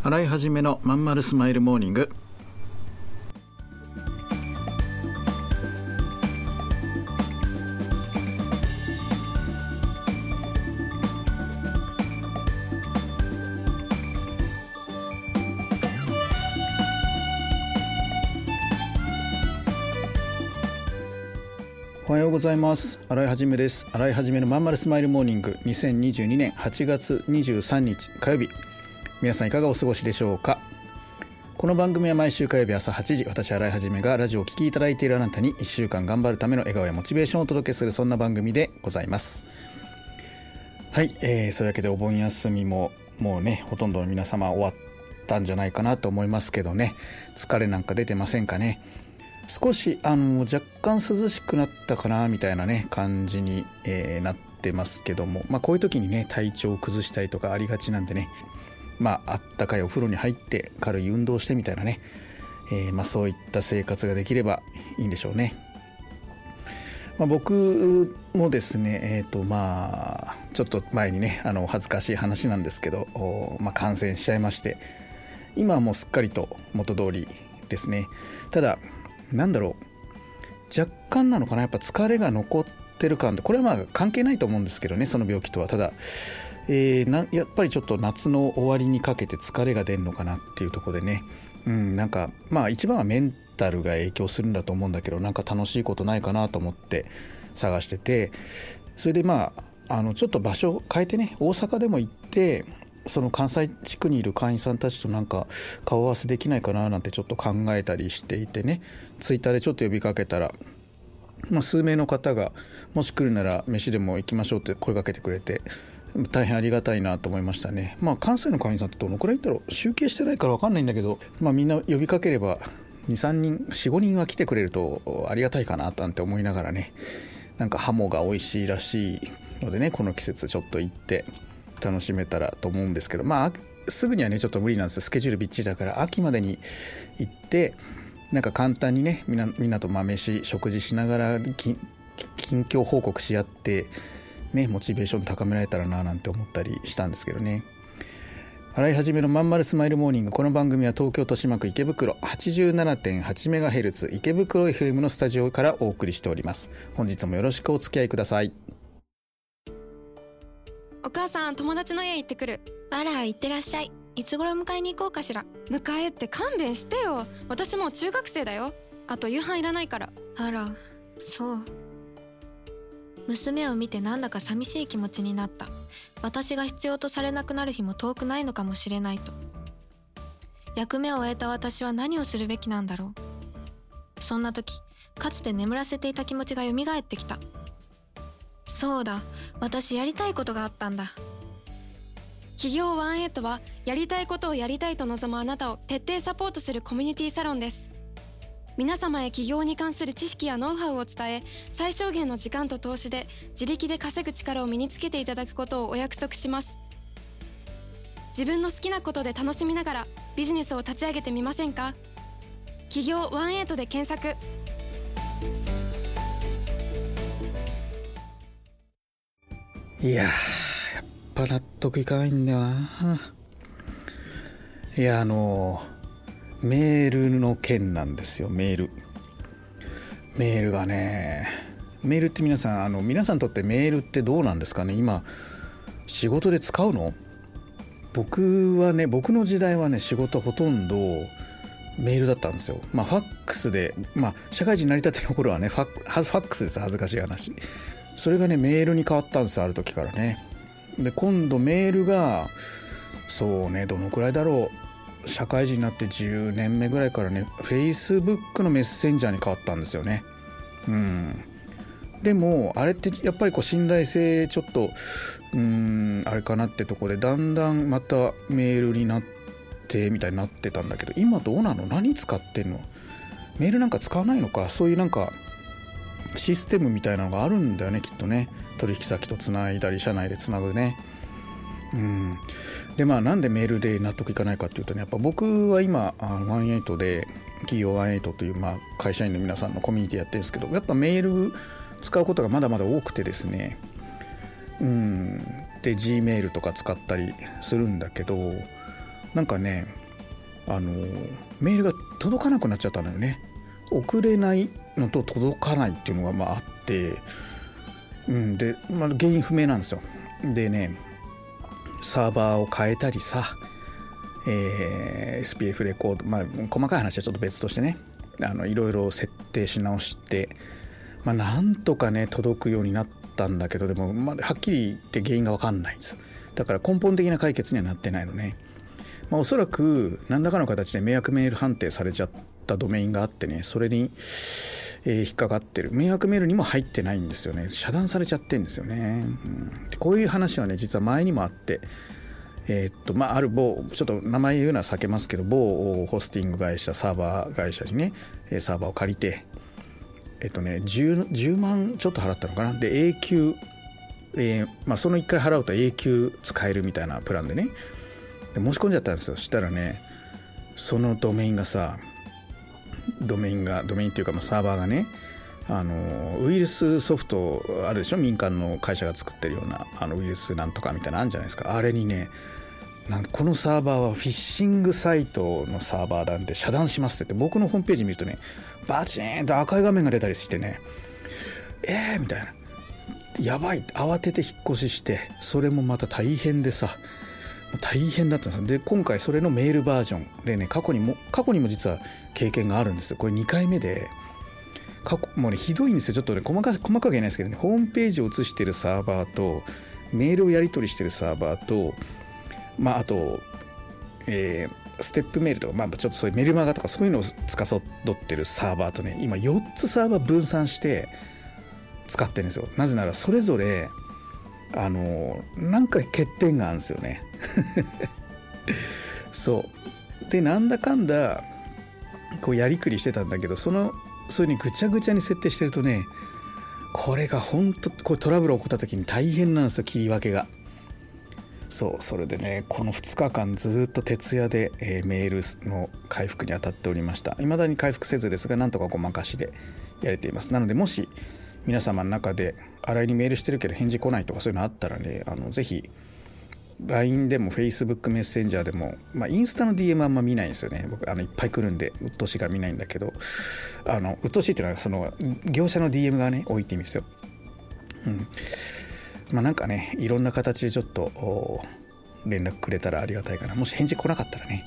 洗い始めのまんまるスマイルモーニング。おはようございます。洗い始めです。洗い始めのまんまるスマイルモーニング、2022年8月23日火曜日、皆さんいかがお過ごしでしょうか。この番組は毎週火曜日朝8時、私洗い始めがラジオをお聞きいただいているあなたに1週間頑張るための笑顔やモチベーションをお届けする、そんな番組でございます。はい、そういうわけでお盆休みももうね、ほとんどの皆様終わったんじゃないかなと思いますけどね、疲れなんか出てませんかね。少し若干涼しくなったかなみたいなね感じに、なってますけども、こういう時にね体調を崩したりとかありがちなんでね、あったかいお風呂に入って軽い運動してみたいなね、そういった生活ができればいいんでしょうね。僕もですねちょっと前にね恥ずかしい話なんですけど、感染しちゃいまして、今はもうすっかりと元通りですね。ただ若干なのかな、やっぱ疲れが残ってる感で、これは関係ないと思うんですけどね、その病気とは。ただ、やっぱりちょっと夏の終わりにかけて疲れが出るのかなっていうところでね、一番はメンタルが影響するんだと思うんだけど、楽しいことないかなと思って探してて、それでちょっと場所を変えてね、大阪でも行って、その関西地区にいる会員さんたちと顔合わせできないかななんてちょっと考えたりしていてね、ツイッターでちょっと呼びかけたら、数名の方がもし来るなら飯でも行きましょうって声かけてくれて、大変ありがたいなと思いましたね。関西の会員さんってどのくらいいたろう、集計してないから分かんないんだけど、みんな呼びかければ 2,3 人 4,5 人は来てくれるとありがたいかななんて思いながらね、ハモが美味しいらしいのでね、この季節ちょっと行って楽しめたらと思うんですけど、すぐにはねちょっと無理なんです。スケジュールびっちりだから、秋までに行って簡単にねみんなと食事しながら近況報告し合ってね、モチベーション高められたらななんて思ったりしたんですけどね。洗い始めのまんまるスマイルモーニング。この番組は東京豊島区池袋 87.8MHz 池袋 FM のスタジオからお送りしております。本日もよろしくお付き合いください。 お母さん、友達の家行ってくる。 あら、行ってらっしゃい。いつ頃迎えに行こうかしら。 迎えって勘弁してよ。私もう中学生だよ。あと夕飯いらないから。 あら、そう。娘を見てなんだか寂しい気持ちになった。私が必要とされなくなる日も遠くないのかもしれないと。役目を終えた私は何をするべきなんだろう。そんな時、かつて眠らせていた気持ちが蘇ってきた。そうだ、私やりたいことがあったんだ。 企業18はやりたいことをやりたいと望むあなたを徹底サポートするコミュニティサロンです。皆様へ起業に関する知識やノウハウを伝え、最小限の時間と投資で自力で稼ぐ力を身につけていただくことをお約束します。自分の好きなことで楽しみながらビジネスを立ち上げてみませんか。企業18で検索。 いや、やっぱ納得いかないんだよな。いや、メールの件なんですよ。メールがね、メールって皆さんにとってメールってどうなんですかね。今仕事で使うの？僕の時代はね、仕事ほとんどメールだったんですよ。ファックスで、社会人になりたての頃はねファックスです。恥ずかしい話。それがねメールに変わったんですよ、ある時からね。で、今度メールがそうね、どのくらいだろう、社会人になって10年目ぐらいからね、Facebook のメッセンジャーに変わったんですよね。でもあれってやっぱり信頼性ちょっとあれかなってとこで、だんだんまたメールになってみたいになってたんだけど、今どうなの？何使ってんの？メールなんか使わないのか。そういうシステムみたいなのがあるんだよね、きっとね。取引先とつないだり、社内でつなぐね。でなんでメールで納得いかないかっていうとね、やっぱ僕は今18で、企業18という会社員の皆さんのコミュニティやってるんですけど、やっぱメール使うことがまだまだ多くてですね、で Gmail とか使ったりするんだけど、 なんかねメールが届かなくなっちゃったのよね。送れないのと届かないっていうのがあって、で、原因不明なんですよ。でね、サーバーを変えたりさ、SPF レコード、細かい話はちょっと別としてね、いろいろ設定し直して、なんとかね届くようになったんだけど、でも、はっきり言って原因が分かんないんですよ。だから根本的な解決にはなってないのね。おそらく何らかの形で迷惑メール判定されちゃったドメインがあってね、それに、引っかかってる。迷惑メールにも入ってないんですよね。遮断されちゃってるんですよね。こういう話はね実は前にもあって、ある某、ちょっと名前言うのは避けますけど、某ホスティング会社、サーバー会社にねサーバーを借りて10万ちょっと払ったのかな。で永久、その1回払うと永久使えるみたいなプランでね、で申し込んじゃったんですよ。したらね、そのドメインっていうかサーバーがね、ウイルスソフトあるでしょ、民間の会社が作ってるようなウイルスなんとかみたいなのあるんじゃないですか。あれにね、このサーバーはフィッシングサイトのサーバーなんで遮断しますって言って、僕のホームページ見るとねバチーンと赤い画面が出たりしてね、みたいな、やばい、慌てて引っ越しして、それもまた大変でさ、大変だったんですよ。で今回それのメールバージョンでね、過去にも実は経験があるんですよ。これ2回目で、もうねひどいんですよ。ちょっとね細かくは言えないですけどね、ホームページを映してるサーバーとメールをやり取りしてるサーバーと、あと、ステップメールとか、ちょっとそういうメルマガとかそういうのを司ってるサーバーとね、今4つサーバー分散して使ってるんですよ。なぜならそれぞれなんか欠点があるんですよねそうで、なんだかんだこうやりくりしてたんだけど、そういう風にぐちゃぐちゃに設定してるとね、これが本当こうトラブル起こった時に大変なんですよ、切り分けが。それでね、この2日間ずっと徹夜で、メールの回復に当たっておりました。未だに回復せずですが、なんとかごまかしでやれています。なのでもし皆様の中で新井にメールしてるけど返事来ないとかそういうのあったらね、ぜひ LINE でも Facebook メッセンジャーでも、インスタの DM あんま見ないんですよね。僕いっぱい来るんでうっとうしいから見ないんだけど、うっとうしいっていうのはその業者の DM がね多いって意味ですよ。なんかね、いろんな形でちょっと連絡くれたらありがたいかな。もし返事来なかったらね。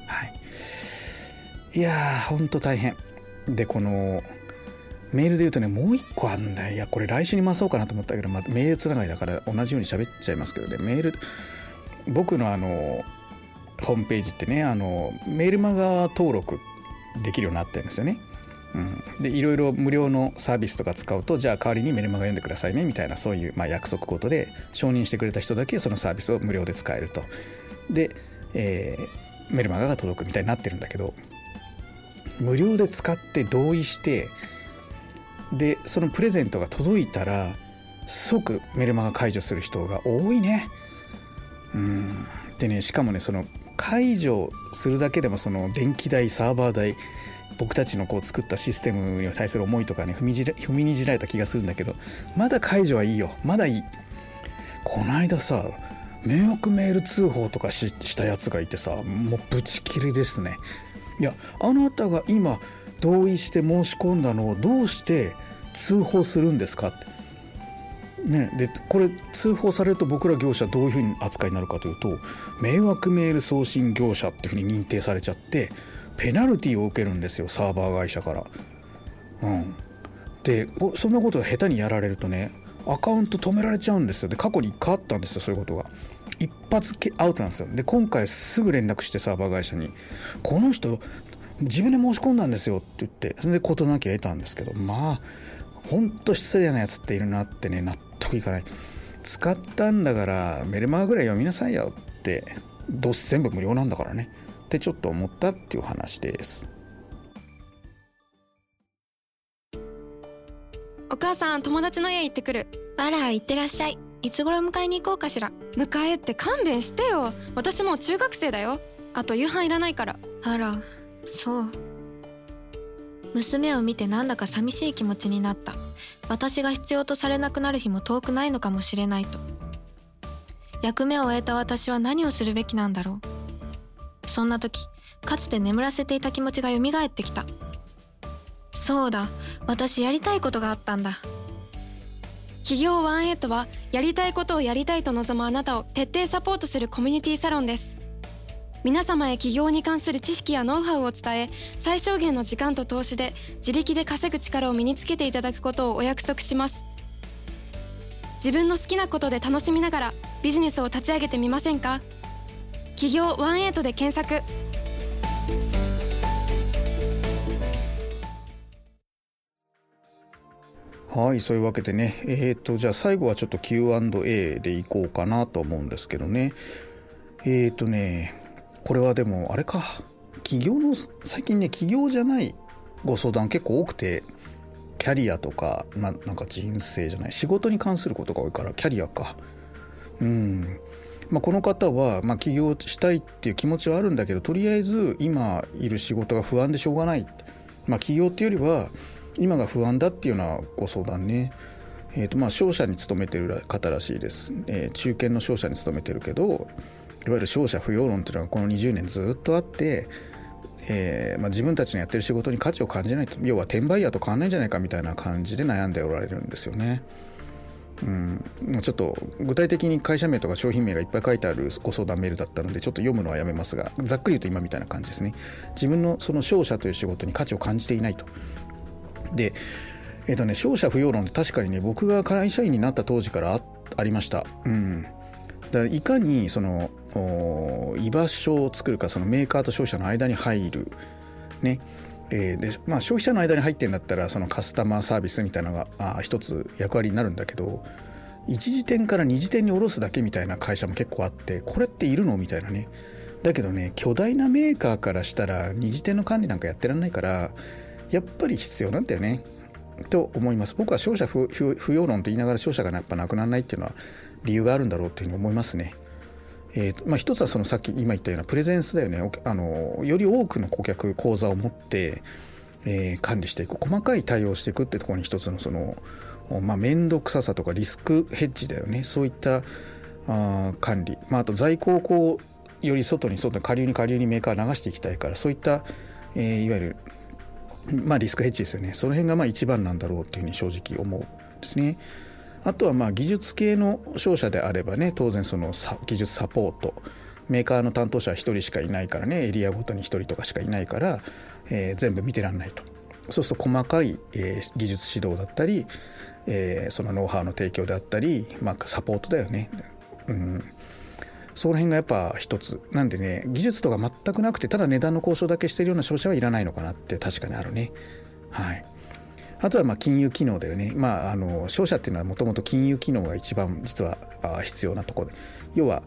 いやーほんと大変で、このメールで言うとね、もう一個あんだよ。いやこれ来週に回そうかなと思ったけど、メールつながりだから同じように喋っちゃいますけどね。メール、僕のホームページってね、メールマガ登録できるようになってるんですよね。でいろいろ無料のサービスとか使うと、じゃあ代わりにメルマガ読んでくださいねみたいな、そういう約束事で承認してくれた人だけそのサービスを無料で使えると。で、メルマガが届くみたいになってるんだけど、無料で使って同意して、でそのプレゼントが届いたら即メルマガ解除する人が多いね。でね、しかもね、その解除するだけでもその電気代、サーバー代、僕たちのこう作ったシステムに対する思いとかね、踏みにじられた気がするんだけど、まだ解除はいいよ、まだいい。この間さ、迷惑メール通報とかしたやつがいてさ、もうブチ切れですね。いや、あなたが今同意して申し込んだのをどうして通報するんですかってね。でこれ通報されると僕ら業者どういうふうに扱いになるかというと、迷惑メール送信業者っていうふうに認定されちゃってペナルティを受けるんですよ、サーバー会社から。でそんなことが下手にやられるとね、アカウント止められちゃうんですよ。で過去に1回あったんですよ、そういうことが。一発アウトなんですよ。で今回すぐ連絡してサーバー会社に、この人自分で申し込んだんですよって言って、それで事なきゃ得たんですけど、ほんと失礼なやつっているなってね、納得いかない。使ったんだからメルマガぐらい読みなさいよって、どうせ全部無料なんだからねってちょっと思ったっていう話です。 お母さん、友達の家行ってくる。 あら、行ってらっしゃい。いつ頃迎えに行こうかしら。 迎えって勘弁してよ。私もう中学生だよ。あと夕飯いらないから。 あら、そう。娘を見てなんだか寂しい気持ちになった。私が必要とされなくなる日も遠くないのかもしれないと。役目を終えた私は何をするべきなんだろう。 そんな時、かつて眠らせていた気持ちが蘇ってきた。そうだ、私やりたいことがあったんだ。 企業18はやりたいことをやりたいと望むあなたを徹底サポートするコミュニティサロンです。皆様へ起業に関する知識やノウハウを伝え、最小限の時間と投資で自力で稼ぐ力を身につけていただくことをお約束します。自分の好きなことで楽しみながらビジネスを立ち上げてみませんか？企業18で検索。 はい、そういうわけでね、じゃあ最後はちょっと Q&A でいこうかなと思うんですけどね。これはでもあれか、最近ね、起業じゃないご相談結構多くて、キャリアとか、なんか人生じゃない、仕事に関することが多いから、キャリアか。この方は、起業したいっていう気持ちはあるんだけど、とりあえず今いる仕事が不安でしょうがない。起業っていうよりは今が不安だっていうようなご相談ね。商社に勤めてる方らしいです。中堅の商社に勤めてるけど、いわゆる商社不要論っていうのがこの20年ずっとあって、自分たちのやってる仕事に価値を感じないと、要は転売ヤーと変わんないんじゃないかみたいな感じで悩んでおられるんですよね。ちょっと具体的に会社名とか商品名がいっぱい書いてあるご相談メールだったのでちょっと読むのはやめますが、ざっくり言うと今みたいな感じですね。自分のその商社という仕事に価値を感じていないと。で、商社不要論って確かにね、僕が会社員になった当時からありました。だからいかにその居場所を作るか、そのメーカーと消費者の間に入るね。で消費者の間に入ってんだったらそのカスタマーサービスみたいなのが一つ役割になるんだけど、一時点から二次点に下ろすだけみたいな会社も結構あって、これっているのみたいなね。だけどね、巨大なメーカーからしたら二次点の管理なんかやってらんないから、やっぱり必要なんだよねと思います。僕は商社不要論と言いながら商社がやっぱなくならないっていうのは理由があるんだろうというふうに思いますね。一つはそのさっき今言ったようなプレゼンスだよね。より多くの顧客口座を持って、管理していく、細かい対応していくってところに一つのその面倒くささとかリスクヘッジだよね。そういった管理、あと在庫をこうより外に下流にメーカー流していきたいから、そういった、いわゆるリスクヘッジですよね。その辺が一番なんだろうっていうふうに正直思うんですね。あとは技術系の商社であればね、当然その技術サポート、メーカーの担当者は1人しかいないからね、エリアごとに1人とかしかいないから、全部見てらんないと。そうすると細かい、技術指導だったり、そのノウハウの提供であったり、サポートだよね。その辺がやっぱ一つなんでね、技術とか全くなくてただ値段の交渉だけしてるような商社はいらないのかなって確かにあるね。はい。あとは金融機能だよね。商社っていうのはもともと金融機能が一番実は必要なところで、要は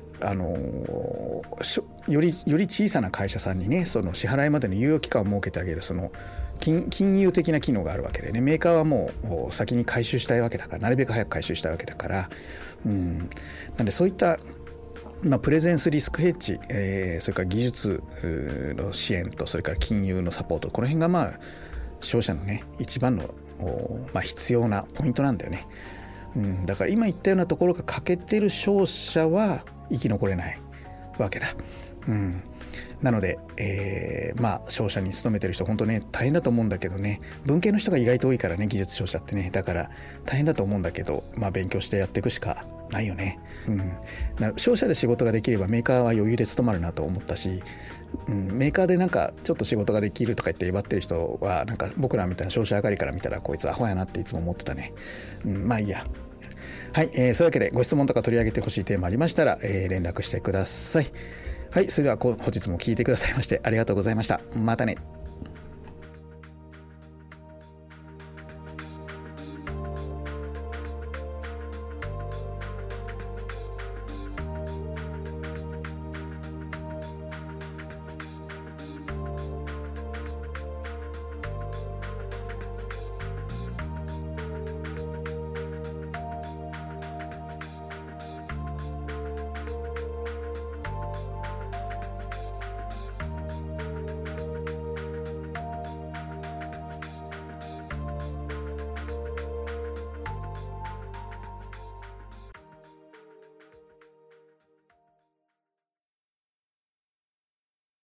より小さな会社さんにね、その支払いまでの猶予期間を設けてあげる、その金融的な機能があるわけでね、メーカーはもう先に回収したいわけだから、なるべく早く回収したいわけだから、なんでそういったプレゼンスリスクヘッジ、それから技術の支援と、それから金融のサポート、この辺が商社のね一番の必要なポイントなんだよね。だから今言ったようなところが欠けてる商社は生き残れないわけだ。なので、商社に勤めてる人本当ね大変だと思うんだけどね、文系の人が意外と多いからね、技術商社ってね、だから大変だと思うんだけど、勉強してやっていくしかないよね。商社で仕事ができればメーカーは余裕で務まるなと思ったし、メーカーでなんかちょっと仕事ができるとか言って威張ってる人はなんか僕らみたいな商社上がりから見たらこいつアホやなっていつも思ってたね。いいや。はい、そういうわけでご質問とか取り上げてほしいテーマありましたら、連絡してください。はい、それでは本日も聞いてくださいましてありがとうございました。またね。